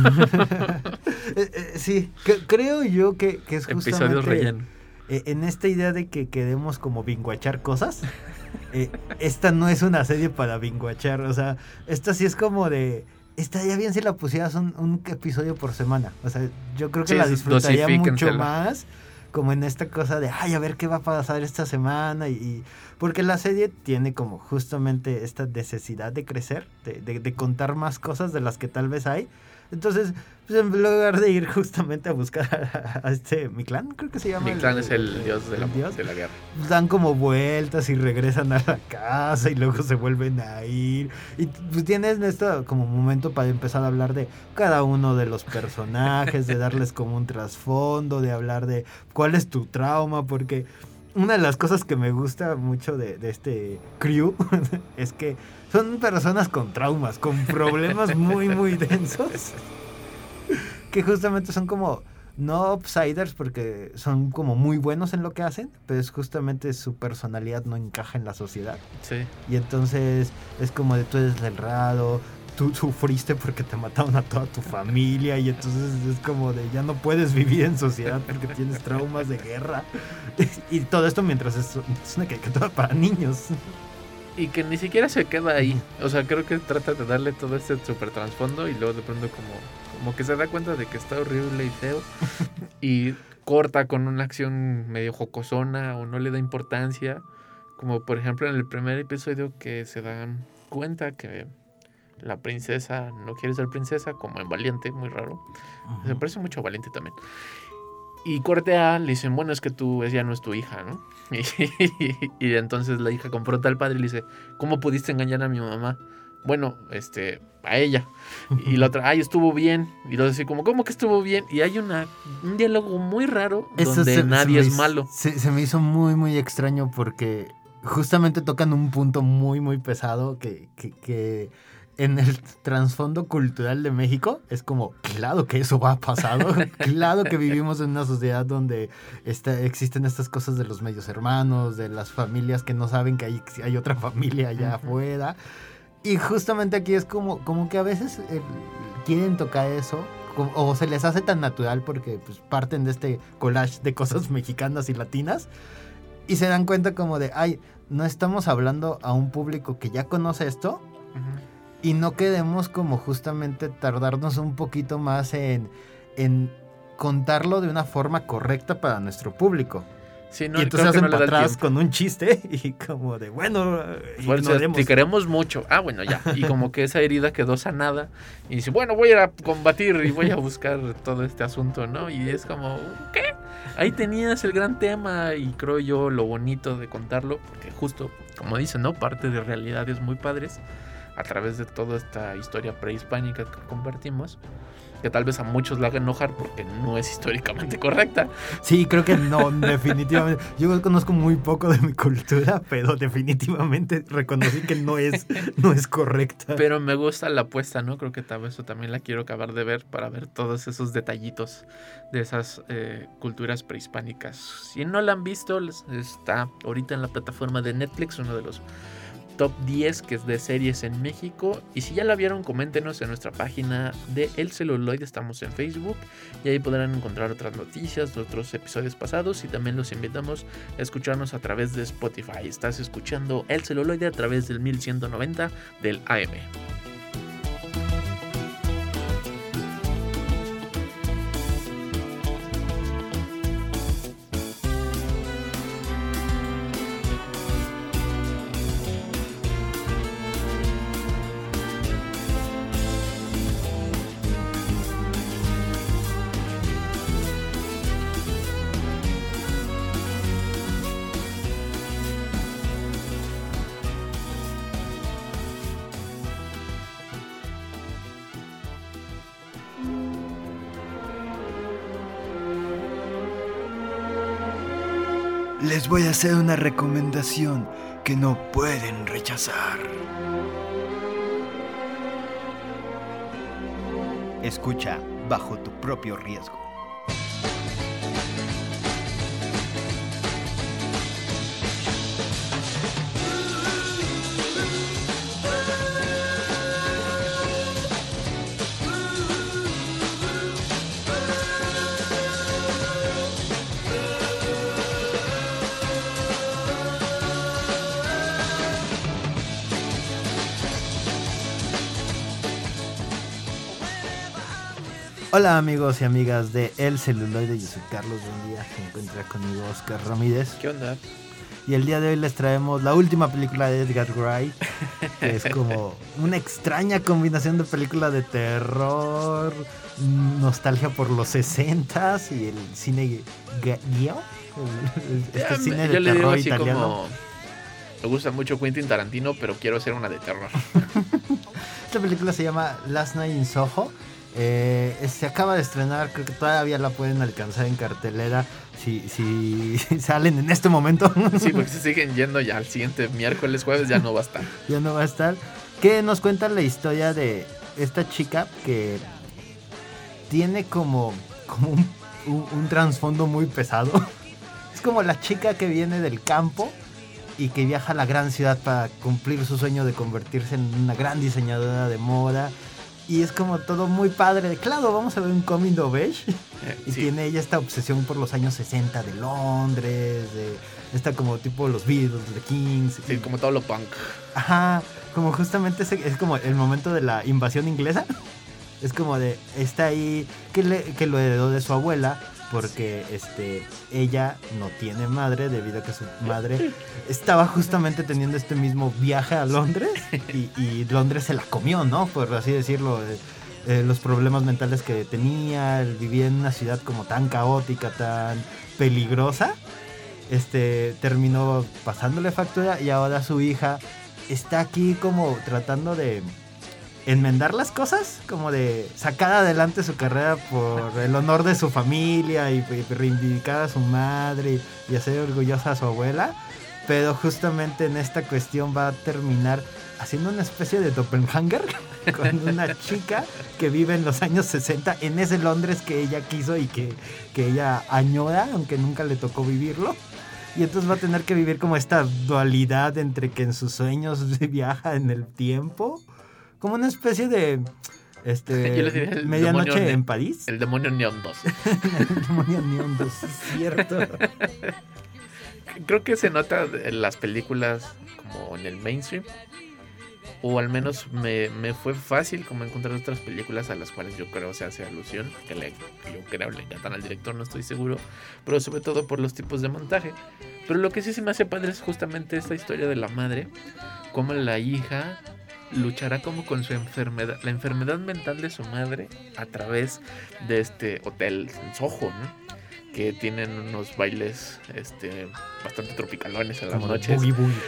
eh, eh, sí, que, creo yo que, que es justamente... Episodios relleno. Eh, en esta idea de que queremos como binguachar cosas, eh, esta no es una serie para binguachar. O sea, esta sí es como de... Estaría bien si la pusieras un, un episodio por semana. O sea, yo creo que sí, la disfrutaría mucho más... como en esta cosa de, ay, a ver qué va a pasar esta semana. Y, y porque la serie tiene como justamente esta necesidad de crecer, de, de, de contar más cosas de las que tal vez hay. Entonces, pues en lugar de ir justamente a buscar a, a este Mictlán, creo que se llama. Mictlán es el dios de la, dios, de la guerra. Dan como vueltas y regresan a la casa y luego se vuelven a ir. Y pues tienes esto como momento para empezar a hablar de cada uno de los personajes, de darles como un trasfondo, de hablar de cuál es tu trauma, porque una de las cosas que me gusta mucho de, de este crew es que son personas con traumas, con problemas muy, muy densos, que justamente son como, no outsiders porque son como muy buenos en lo que hacen, pero es justamente su personalidad no encaja en la sociedad. Sí. Y entonces es como de tú eres el raro, tú sufriste porque te mataron a toda tu familia y entonces es como de ya no puedes vivir en sociedad porque tienes traumas de guerra. Y todo esto mientras es, es una caricatura para niños. Y que ni siquiera se queda ahí. O sea, creo que trata de darle todo este super trasfondo y luego de pronto como, como que se da cuenta de que está horrible y feo. Y corta con una acción medio jocosona o no le da importancia. Como por ejemplo en el primer episodio que se dan cuenta que la princesa no quiere ser princesa, como en Valiente, muy raro. Uh-huh. Me parece mucho Valiente también. Y corte A, le dicen, bueno, es que tú, ella no es tu hija, ¿no? Y, y, y entonces la hija confronta al padre y le dice, ¿cómo pudiste engañar a mi mamá? Bueno, este, a ella. Y la otra, ay, estuvo bien. Y luego así como, ¿cómo que estuvo bien? Y hay una, un diálogo muy raro Eso donde se, nadie se es hizo, malo. Se, se me hizo muy, muy extraño porque justamente tocan un punto muy, muy pesado que... que, que en el trasfondo cultural de México es como, claro que eso ha pasado, claro que vivimos en una sociedad donde está, existen estas cosas de los medios hermanos, de las familias que no saben que hay, hay otra familia allá uh-huh. afuera. Y justamente aquí es como, como que a veces eh, quieren tocar eso o, o se les hace tan natural porque pues, parten de este collage de cosas mexicanas y latinas y se dan cuenta como de, ay, no estamos hablando a un público que ya conoce esto uh-huh. y no queremos como justamente tardarnos un poquito más en, en contarlo de una forma correcta para nuestro público. Sí, no, y entonces hacen no para atrás con un chiste y como de, bueno, bueno, te queremos mucho. Ah, bueno, ya. Y como que esa herida quedó sanada. Y dice, bueno, voy a ir a combatir y voy a buscar todo este asunto, ¿no? Y es como, ¿qué? Ahí tenías el gran tema y creo yo lo bonito de contarlo, porque justo, como dicen, ¿no? Parte de realidades muy padres a través de toda esta historia prehispánica que compartimos. Que tal vez a muchos la haga enojar porque no es históricamente correcta. Sí, creo que no, definitivamente. Yo conozco muy poco de mi cultura, pero definitivamente reconocí que no es, no es correcta. Pero me gusta la apuesta, ¿no? Creo que tal vez eso también la quiero acabar de ver para ver todos esos detallitos de esas eh, culturas prehispánicas. Si no la han visto, está ahorita en la plataforma de Netflix, uno de los top diez que es de series en México. Y si ya la vieron, coméntenos en nuestra página de El Celuloide. Estamos en Facebook y ahí podrán encontrar otras noticias de otros episodios pasados. Y también los invitamos a escucharnos a través de Spotify. Estás escuchando El Celuloide a través del mil ciento noventa del A M. Les voy a hacer una recomendación que no pueden rechazar. Escucha bajo tu propio riesgo. Hola amigos y amigas de El Celuloide, yo soy Carlos Buendía, se encuentra conmigo Oscar Ramírez. ¿Qué onda? Y el día de hoy les traemos la última película de Edgar Wright, que es como una extraña combinación de película de terror, nostalgia por los sesentas y el cine guiao, este ya, cine de yo le digo terror así italiano. Como, me gusta mucho Quentin Tarantino, pero quiero hacer una de terror. Esta película se llama Last Night in Soho. Eh, se acaba de estrenar, creo que todavía la pueden alcanzar en cartelera si, si, si salen en este momento. Sí, porque si siguen yendo ya al siguiente miércoles, jueves ya no va a estar. Ya no va a estar. Que nos cuenta la historia de esta chica que tiene como, como un, un, un trasfondo muy pesado. Es como la chica que viene del campo y que viaja a la gran ciudad para cumplir su sueño de convertirse en una gran diseñadora de moda. Y es como todo muy padre. Claro, vamos a ver un coming of age. Eh, y sí. Tiene ella esta obsesión por los años sesenta de Londres. De esta como tipo los Beatles, The Kings. Sí, y, como todo lo punk. Ajá, como justamente ese, es como el momento de la invasión inglesa. Es como de, está ahí, que, le, que lo heredó de su abuela. Porque este ella no tiene madre debido a que su madre estaba justamente teniendo este mismo viaje a Londres y, y Londres se la comió, ¿no? Por así decirlo, eh, eh, los problemas mentales que tenía, vivía en una ciudad como tan caótica, tan peligrosa, este terminó pasándole factura y ahora su hija está aquí como tratando de enmendar las cosas, como de sacar adelante su carrera por el honor de su familia y, y reivindicar a su madre y, y hacer orgullosa a su abuela, pero justamente en esta cuestión va a terminar haciendo una especie de doppelganger con una chica que vive en los años sesenta en ese Londres que ella quiso y que, que ella añora, aunque nunca le tocó vivirlo. Y entonces va a tener que vivir como esta dualidad entre que en sus sueños viaja en el tiempo, como una especie de Este, Yo le diría el Medianoche demonio en ne- París. El demonio Neon dos. El demonio Neon dos, sí, es cierto. Creo que se nota en las películas como en el mainstream. O al menos me, me fue fácil como encontrar otras películas a las cuales yo creo se hace alusión. Que, le, que yo creo le encantan al director, no estoy seguro. Pero sobre todo por los tipos de montaje. Pero lo que sí se me hace padre es justamente esta historia de la madre. Cómo la hija luchará como con su enfermedad, la enfermedad mental de su madre a través de este hotel en Soho, ¿no? Que tienen unos bailes este, bastante tropicalones en las Como de noches. boogie boogie.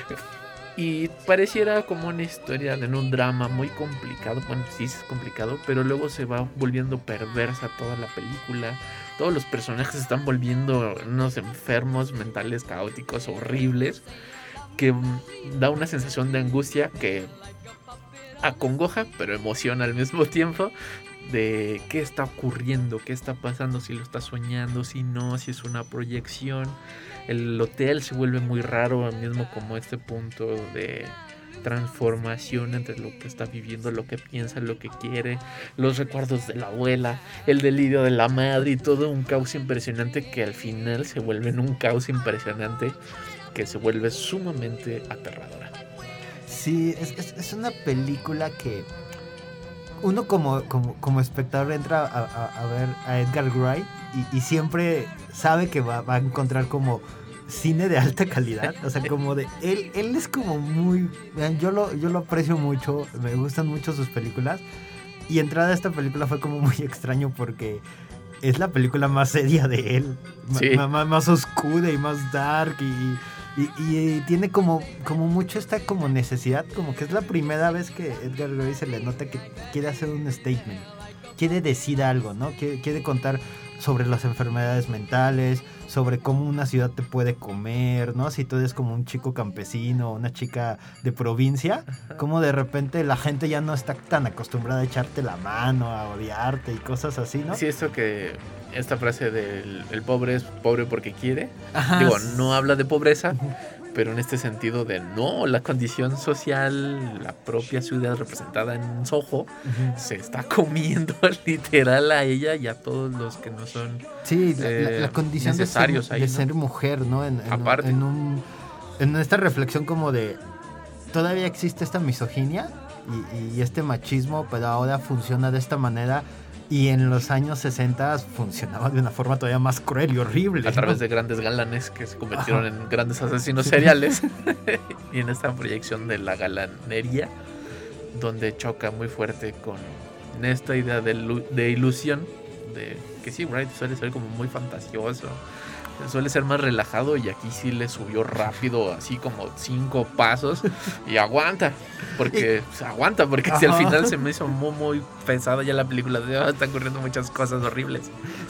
Y pareciera como una historia de un drama muy complicado. Bueno, sí es complicado, pero luego se va volviendo perversa toda la película. Todos los personajes se están volviendo unos enfermos mentales caóticos, horribles, que mm, da una sensación de angustia que acongoja, pero emociona al mismo tiempo. De qué está ocurriendo, qué está pasando, si lo está soñando, si no, si es una proyección. El hotel se vuelve muy raro, mismo como este punto de transformación entre lo que está viviendo, lo que piensa, lo que quiere, los recuerdos de la abuela, el delirio de la madre y todo un caos impresionante que al final se vuelve en un caos impresionante que se vuelve sumamente aterradora. Sí, es, es, es una película que uno como, como, como espectador entra a, a, a ver a Edgar Wright y, y siempre sabe que va, va a encontrar como cine de alta calidad, o sea, como de él él es como muy, yo lo yo lo aprecio mucho, me gustan mucho sus películas y entrar a esta película fue como muy extraño porque es la película más seria de él, sí. más, más oscura y más dark y Y, y tiene como, como mucho esta como necesidad, como que es la primera vez que Edgar Wright se le nota que quiere hacer un statement, quiere decir algo, ¿no? Quiere, quiere contar sobre las enfermedades mentales, sobre cómo una ciudad te puede comer, ¿no? Si tú eres como un chico campesino, una chica de provincia, cómo de repente la gente ya no está tan acostumbrada a echarte la mano, a odiarte y cosas así, ¿no? Sí, esto que esta frase del el pobre es pobre porque quiere. Ajá. Digo, no habla de pobreza, pero en este sentido de no, la condición social, la propia ciudad representada en Soho, uh-huh. se está comiendo literal a ella y a todos los que no son sí, eh, la, la condición necesarios de, ser, ahí, de ¿no? ser mujer, ¿no? En, en, Aparte. En, un, en esta reflexión como de todavía existe esta misoginia y, y este machismo, pero ahora funciona de esta manera. Y en los años sesenta funcionaba de una forma todavía más cruel y horrible. A través ¿no? de grandes galanes que se convirtieron Ajá. en grandes asesinos seriales. Y en esta proyección de la galanería, donde choca muy fuerte con esta idea de, de ilusión. De que sí, Wright suele ser como muy fantasioso. Suele ser más relajado y aquí sí le subió rápido, así como cinco pasos y aguanta, porque se aguanta, porque si al final se me hizo muy, muy pesada ya la película, de, oh, están ocurriendo muchas cosas horribles.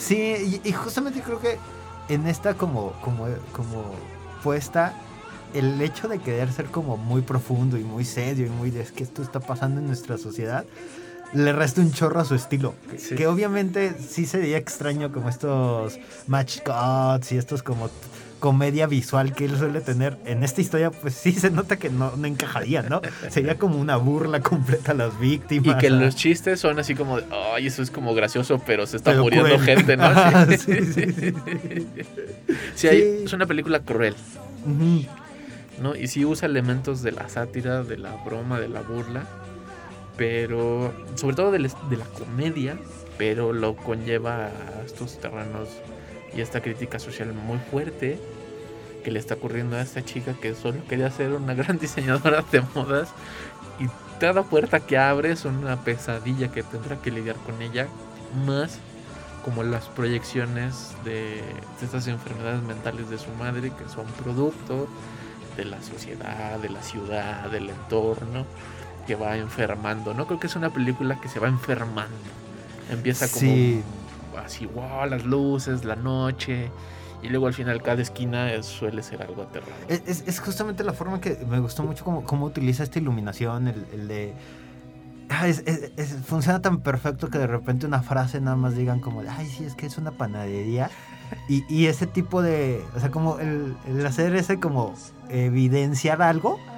Sí, y, y justamente creo que en esta como, como, como puesta, el hecho de querer ser como muy profundo y muy serio y muy de es que esto está pasando en nuestra sociedad, le resta un chorro a su estilo. Sí. Que obviamente sí sería extraño como estos match cuts y estos como t- comedia visual que él suele tener. En esta historia pues sí se nota que no, no encajaría, ¿no? Sería como una burla completa a las víctimas. Y que ¿ah? Los chistes son así como, ay, eso es como gracioso, pero se está pero muriendo cruel. gente, ¿no? Ah, sí, sí, sí, sí, sí. sí, sí. Hay, es una película cruel. Uh-huh. ¿No? Y sí usa elementos de la sátira, de la broma, de la burla, pero sobre todo de, de la comedia, pero lo conlleva a estos terrenos y esta crítica social muy fuerte que le está ocurriendo a esta chica que solo quería ser una gran diseñadora de modas y cada puerta que abre es una pesadilla que tendrá que lidiar con ella, más como las proyecciones de, de estas enfermedades mentales de su madre que son producto de la sociedad, de la ciudad, del entorno que va enfermando, ¿no? Creo que es una película que se va enfermando. Empieza como sí. así, wow, las luces, la noche, y luego al final cada esquina es, suele ser algo aterrador. Es, es, es justamente la forma que me gustó mucho cómo, cómo utiliza esta iluminación, el, el de... Ah, es, es, es, funciona tan perfecto que de repente una frase nada más digan como, de, ay, sí, es que es una panadería. Y, y ese tipo de... O sea, como el, el hacer ese como evidenciar algo...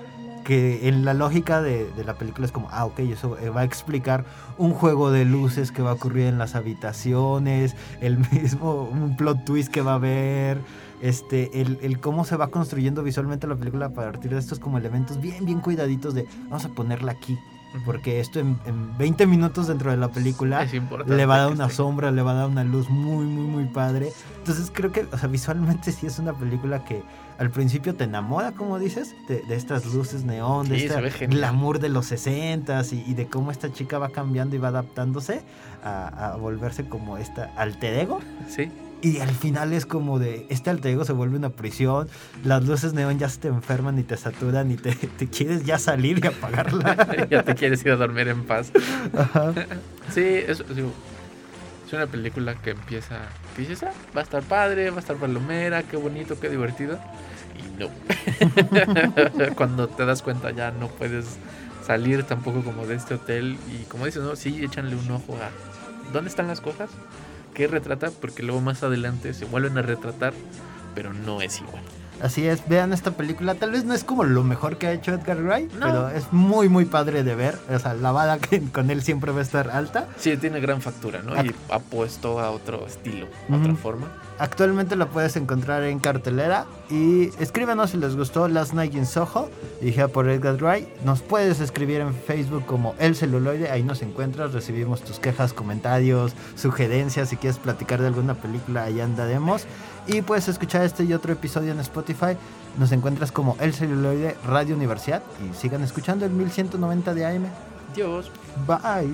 que en la lógica de, de la película es como, ah, ok, eso va a explicar un juego de luces que va a ocurrir en las habitaciones, el mismo, un plot twist que va a haber, este, el, el cómo se va construyendo visualmente la película a partir de estos como elementos bien, bien cuidaditos de, vamos a ponerla aquí. Porque esto en, en veinte minutos dentro de la película le va a dar una esté. sombra, le va a dar una luz muy, muy, muy padre. Entonces creo que, o sea, visualmente sí es una película que al principio te enamora, como dices, de, de estas luces neón, sí, de este glamour de los sesentas y, y de cómo esta chica va cambiando y va adaptándose a, a volverse como esta alter ego. Sí. Y al final es como de, este alter ego se vuelve una prisión, las luces neón ya se te enferman y te saturan y te, te quieres ya salir y apagarla. Ya te quieres ir a dormir en paz. Ajá. Sí, es, es, es una película que empieza, que dices, ah, va a estar padre, va a estar palomera, qué bonito, qué divertido. Y no. Cuando te das cuenta ya no puedes salir tampoco como de este hotel. Y como dices, no, sí, échanle un ojo a ¿dónde están las cosas? Que retrata, porque luego más adelante se vuelven a retratar, pero no es igual. Así es, vean esta película, tal vez no es como lo mejor que ha hecho Edgar Wright, no. pero es muy muy padre de ver, o sea, la vara que con él siempre va a estar alta. Sí, tiene gran factura, ¿no? Act- y ha puesto a otro estilo, a uh-huh. otra forma. Actualmente la puedes encontrar en cartelera y escríbenos si les gustó Last Night in Soho, dirigida por Edgar Wright. Nos puedes escribir en Facebook como El Celuloide, ahí nos encuentras, recibimos tus quejas, comentarios, sugerencias, si quieres platicar de alguna película, ahí andaremos. Y puedes escuchar este y otro episodio en Spotify, nos encuentras como El Celuloide Radio Universidad y sigan escuchando el mil ciento noventa de A M. Adiós. Bye.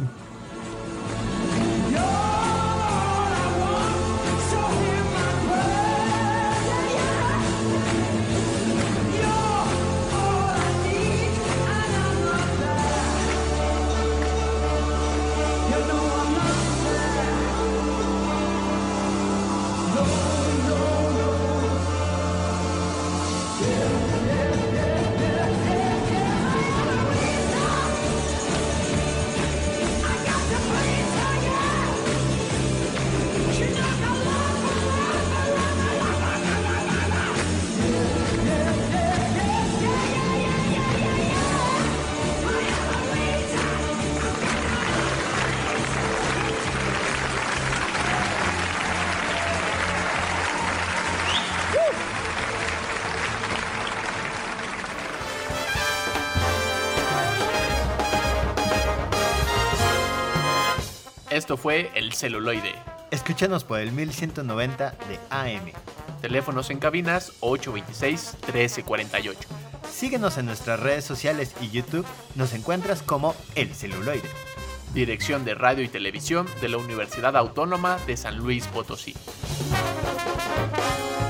Esto fue El Celuloide. Escúchanos por el mil ciento noventa de A M. Teléfonos en cabinas ocho dos seis, uno tres cuatro ocho. Síguenos en nuestras redes sociales y YouTube. Nos encuentras como El Celuloide. Dirección de Radio y Televisión de la Universidad Autónoma de San Luis Potosí.